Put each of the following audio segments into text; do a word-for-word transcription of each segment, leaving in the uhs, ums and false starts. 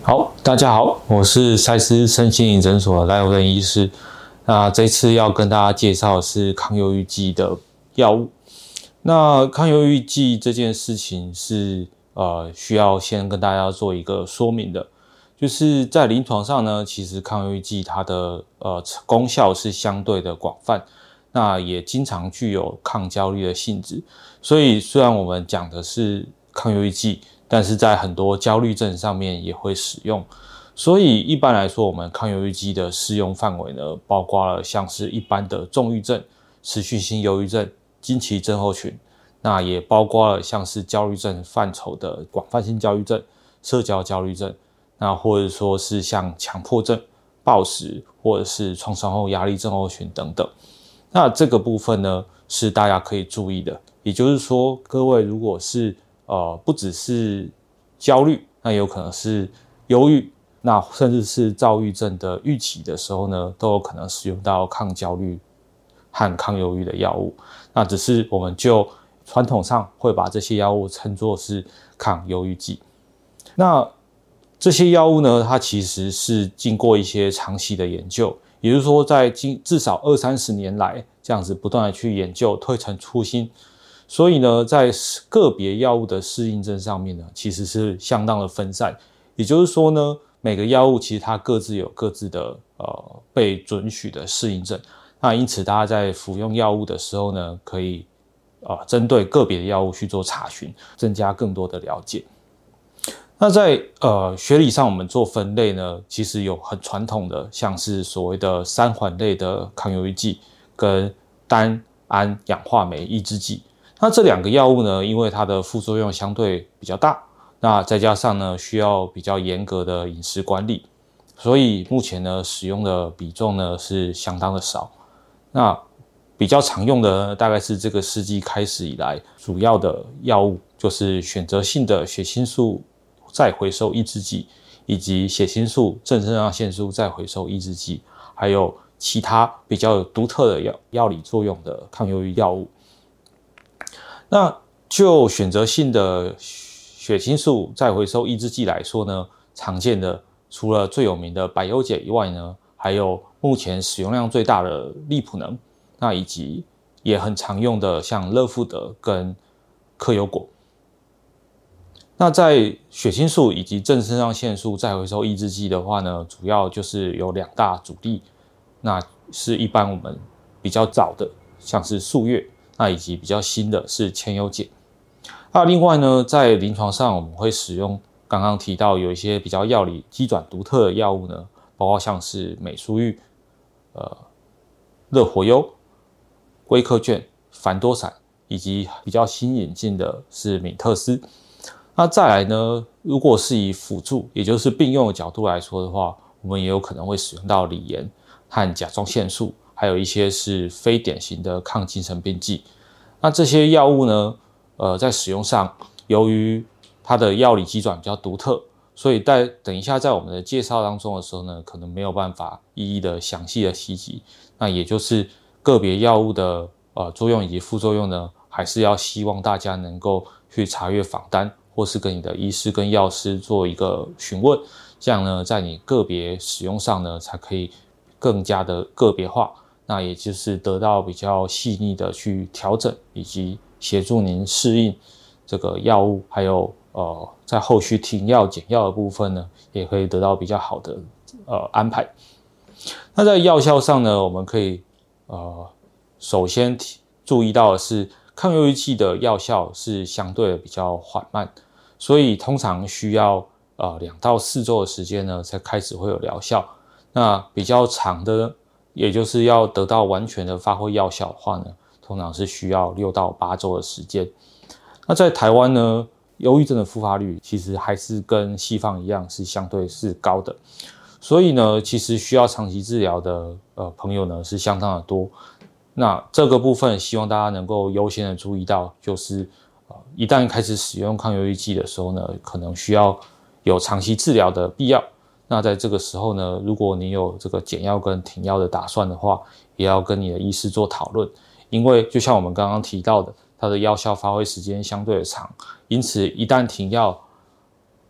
好，大家好，我是赛斯身心灵诊所的赖友任医师。那这次要跟大家介绍的是抗忧郁剂的药物。那抗忧郁剂这件事情是呃需要先跟大家做一个说明的，就是在临床上呢，其实抗忧郁剂它的呃功效是相对的广泛，那也经常具有抗焦虑的性质。所以虽然我们讲的是抗忧郁剂，但是在很多焦虑症上面也会使用，所以一般来说，我们抗忧郁剂的适用范围呢，包括了像是一般的重郁症、持续性忧郁症、经期症候群，那也包括了像是焦虑症范畴的广泛性焦虑症、社交焦虑症，那或者说是像强迫症、暴食或者是创伤后压力症候群等等。那这个部分呢，是大家可以注意的，也就是说，各位如果是呃，不只是焦虑，那有可能是忧郁，那甚至是躁郁症的预期的时候呢，都有可能使用到抗焦虑和抗忧郁的药物。那只是我们就传统上会把这些药物称作是抗忧郁剂。那这些药物呢，它其实是经过一些长期的研究，也就是说，在至少二三十年来，这样子不断的去研究，推陈出新。所以呢，在个别药物的适应症上面呢，其实是相当的分散。也就是说呢，每个药物其实它各自有各自的呃被准许的适应症。那因此，大家在服用药物的时候呢，可以呃针对个别的药物去做查询，增加更多的了解。那在呃学理上，我们做分类呢，其实有很传统的，像是所谓的三环类的抗忧郁剂跟单胺氧化酶抑制剂。那这两个药物呢，因为它的副作用相对比较大，那再加上呢需要比较严格的饮食管理，所以目前呢使用的比重呢是相当的少。那比较常用的大概是这个世纪开始以来主要的药物，就是选择性的血清素再回收抑制剂，以及血清素正肾上腺素再回收抑制剂，还有其他比较有独特的药药理作用的抗忧郁药物。那就选择性的血清素再回收抑制剂来说呢，常见的除了最有名的百忧解以外呢，还有目前使用量最大的利普能，那以及也很常用的像乐富德跟克优果。那在血清素以及正肾上腺素再回收抑制剂的话呢，主要就是有两大主力，那是一般我们比较早的，像是速月。那以及比较新的是千优解。那另外呢，在临床上我们会使用刚刚提到有一些比较药理机转独特的药物呢，包括像是美舒玉、呃乐活优、规克卷、凡多散，以及比较新引进的是敏特斯。那再来呢，如果是以辅助，也就是并用的角度来说的话，我们也有可能会使用到锂盐和甲状腺素。还有一些是非典型的抗精神病剂。那这些药物呢，呃，在使用上，由于它的药理机转比较独特，所以在等一下在我们的介绍当中的时候呢，可能没有办法一一的详细的提及。那也就是个别药物的呃作用以及副作用呢，还是要希望大家能够去查阅访单，或是跟你的医师跟药师做一个询问，这样呢，在你个别使用上呢，才可以更加的个别化。那也就是得到比较细腻的去调整，以及协助您适应这个药物，还有呃在后续停药减药的部分呢，也可以得到比较好的呃安排。那在药效上呢，我们可以呃首先注意到的是，抗忧郁剂的药效是相对的比较缓慢，所以通常需要呃两到四周的时间呢，才开始会有疗效。那比较长的，也就是要得到完全的发挥药效的话呢，通常是需要六到八周的时间。那在台湾呢，忧郁症的复发率其实还是跟西方一样是相对是高的，所以呢，其实需要长期治疗的呃朋友呢是相当的多。那这个部分希望大家能够优先的注意到，就是呃一旦开始使用抗忧郁剂的时候呢，可能需要有长期治疗的必要。那在这个时候呢，如果你有这个减药跟停药的打算的话，也要跟你的医师做讨论，因为就像我们刚刚提到的，它的药效发挥时间相对的长，因此一旦停药，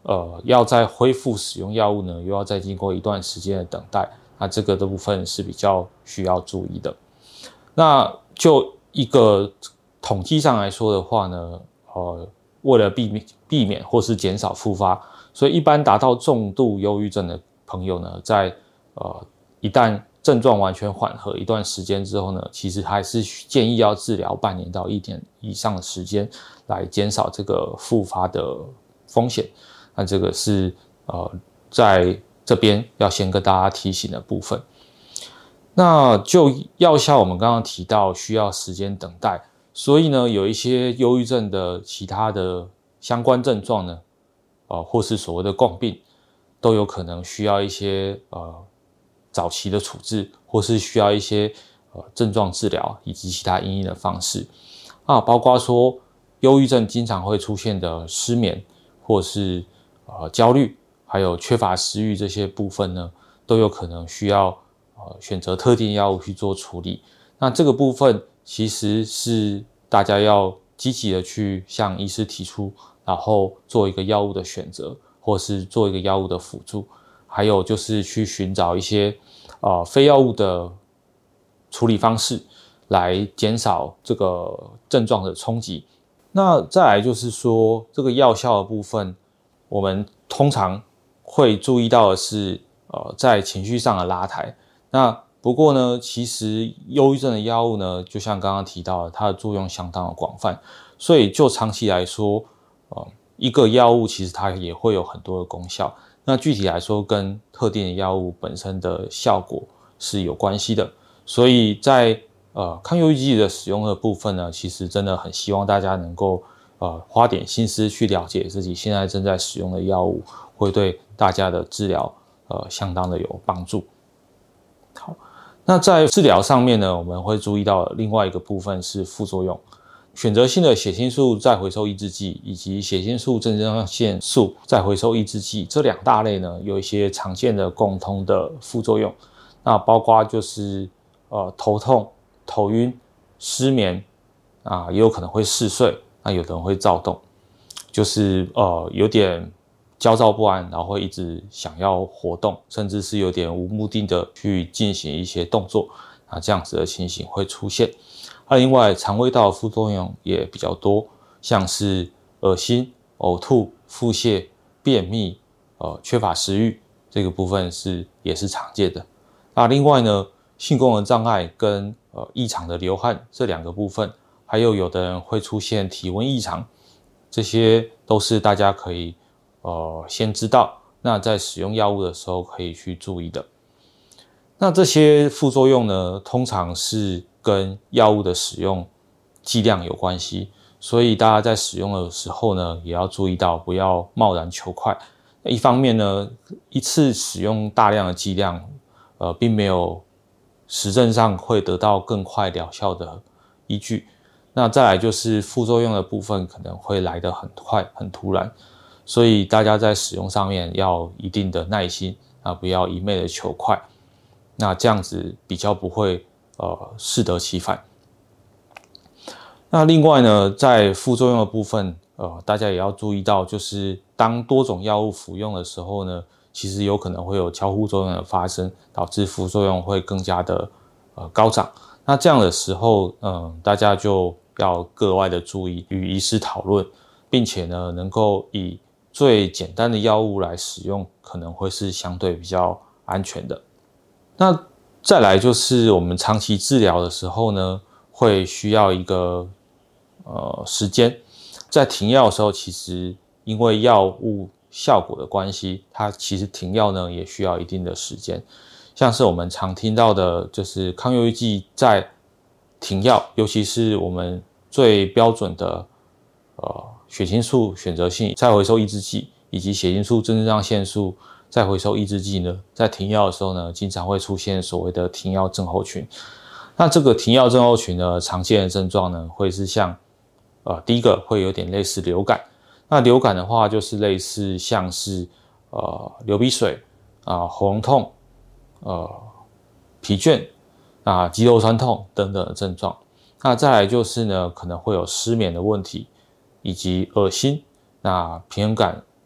呃要再恢复使用药物呢，又要再经过一段时间的等待，那这个的部分是比较需要注意的。那就一个统计上来说的话呢，呃，为了避免避免或是减少复发，所以一般达到重度忧郁症的朋友呢，在呃一旦症状完全缓和一段时间之后呢，其实还是建议要治疗半年到一年以上的时间，来减少这个复发的风险。那这个是呃在这边要先跟大家提醒的部分。那就药效，我们刚刚提到需要时间等待，所以呢，有一些忧郁症的其他的相关症状呢，呃，或是所谓的共病，都有可能需要一些呃早期的处置，或是需要一些呃症状治疗以及其他因应的方式啊，包括说忧郁症经常会出现的失眠，或是呃焦虑，还有缺乏食欲这些部分呢，都有可能需要呃选择特定药物去做处理。那这个部分其实是大家要积极的去向医师提出，然后做一个药物的选择，或是做一个药物的辅助。还有就是去寻找一些呃非药物的处理方式，来减少这个症状的冲击。那再来就是说，这个药效的部分，我们通常会注意到的是，呃，在情绪上的拉抬。那不过呢，其实忧郁症的药物呢，就像刚刚提到的，它的作用相当的广泛，所以就长期来说，呃，一个药物其实它也会有很多的功效。那具体来说，跟特定的药物本身的效果是有关系的，所以在呃抗忧郁剂的使用的部分呢，其实真的很希望大家能够呃花点心思去了解自己现在正在使用的药物，会对大家的治疗呃相当的有帮助。好，那在治疗上面呢，我们会注意到另外一个部分是副作用。选择性的血清素再回收抑制剂以及血清素正肾上腺素再回收抑制剂这两大类呢，有一些常见的共通的副作用。那包括就是呃头痛、头晕、失眠啊，也有可能会嗜睡，那有的人会躁动，就是呃有点焦躁不安，然后会一直想要活动，甚至是有点无目的的去进行一些动作啊，这样子的情形会出现。那另外，肠胃道的副作用也比较多，像是恶心、呕吐、腹泻、便秘、呃缺乏食欲，这个部分是也是常见的。那另外呢，性功能障碍跟呃异常的流汗这两个部分，还有有的人会出现体温异常，这些都是大家可以呃先知道，那在使用药物的时候可以去注意的。那这些副作用呢，通常是跟药物的使用剂量有关系，所以大家在使用的时候呢，也要注意到不要贸然求快。一方面呢，一次使用大量的剂量，呃，并没有实证上会得到更快疗效的依据。那再来就是副作用的部分可能会来得很快、很突然，所以大家在使用上面要一定的耐心啊，不要一昧的求快。那这样子比较不会呃适得其反。那另外呢，在副作用的部分，呃，大家也要注意到，就是当多种药物服用的时候呢，其实有可能会有交互作用的发生，导致副作用会更加的呃高涨。那这样的时候，嗯、呃，大家就要格外的注意，与医师讨论，并且呢，能够以最简单的药物来使用，可能会是相对比较安全的。那再来就是我们长期治疗的时候呢，会需要一个呃时间，在停药的时候，其实因为药物效果的关系，它其实停药呢也需要一定的时间。像是我们常听到的，就是抗忧郁剂在停药，尤其是我们最标准的呃血清素选择性再回收抑制剂，以及血清素正肾上腺素再回收抑制剂呢，在停药的时候呢，经常会出现所谓的停药症候群。那这个停药症候群呢，常见的症状呢，会是像呃，第一个会有点类似流感。那流感的话，就是类似像是呃流鼻水啊、呃、喉咙痛、呃疲倦啊、肌肉酸痛等等的症状。那再来就是呢，可能会有失眠的问题，以及恶心、那平衡感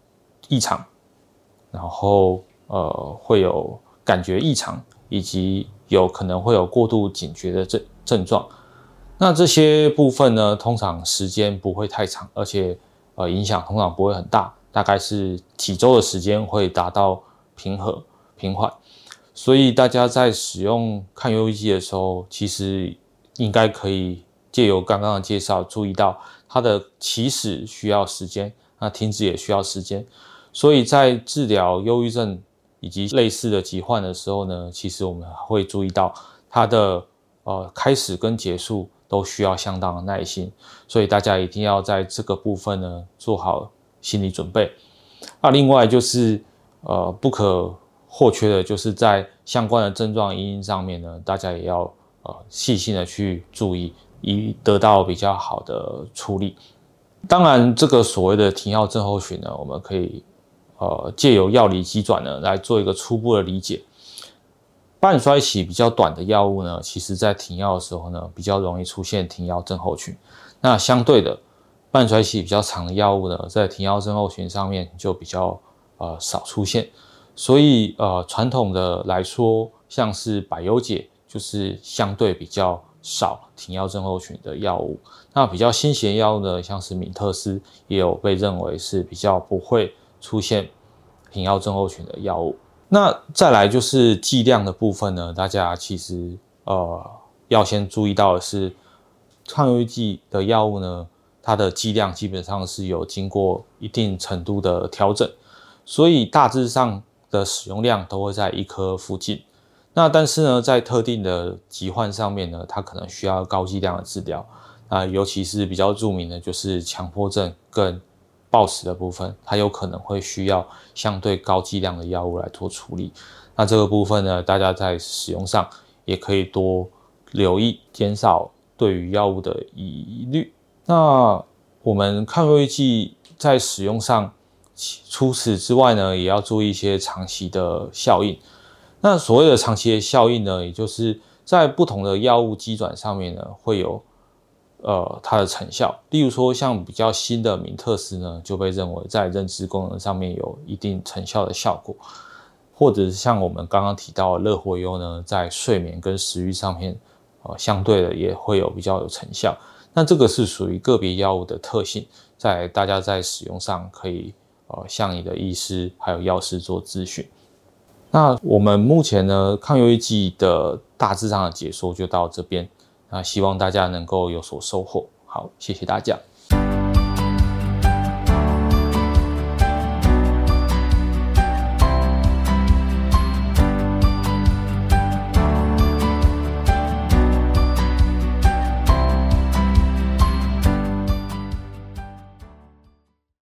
异常，然后呃会有感觉异常，以及有可能会有过度警觉的症症状。那这些部分呢，通常时间不会太长，而且呃影响通常不会很大，大概是几周的时间会达到平和平缓。所以大家在使用抗忧郁剂的时候，其实应该可以借由刚刚的介绍，注意到它的起始需要时间，那停止也需要时间。所以在治疗忧郁症以及类似的疾患的时候呢，其实我们会注意到它的呃开始跟结束都需要相当的耐心，所以大家一定要在这个部分呢做好心理准备。那另外就是呃不可或缺的，就是在相关的症状因因上面呢，大家也要呃细心的去注意，以得到比较好的处理。当然，这个所谓的停药症候群呢，我们可以呃借由药理机转呢来做一个初步的理解。半衰期比较短的药物呢，其实在停药的时候呢，比较容易出现停药症候群。那相对的，半衰期比较长的药物呢，在停药症候群上面就比较呃少出现。所以呃，传统的来说，像是百忧解就是相对比较少停药症候群的药物。那比较新型的药物呢，像是敏特斯也有被认为是比较不会出现停药症候群的药物。那再来就是剂量的部分呢，大家其实呃要先注意到的是，抗忧郁剂的药物呢，它的剂量基本上是有经过一定程度的调整，所以大致上的使用量都会在一颗附近。那但是呢，在特定的疾患上面呢，它可能需要高剂量的治疗。啊、呃，尤其是比较著名的就是强迫症跟暴食的部分，它有可能会需要相对高剂量的药物来做处理。那这个部分呢，大家在使用上也可以多留意，减少对于药物的疑虑。那我们抗忧郁剂在使用上，除此之外呢，也要注意一些长期的效应。那所谓的长期的效应呢，也就是在不同的药物机转上面呢，会有呃它的成效。例如说，像比较新的敏特斯呢，就被认为在认知功能上面有一定成效的效果，或者是像我们刚刚提到的乐活优呢，在睡眠跟食欲上面，呃相对的也会有比较有成效。那这个是属于个别药物的特性，在大家在使用上可以呃向你的医师还有药师做咨询。那我们目前呢，抗忧郁剂的大致上的解说就到这边，那希望大家能够有所收获。好，谢谢大家。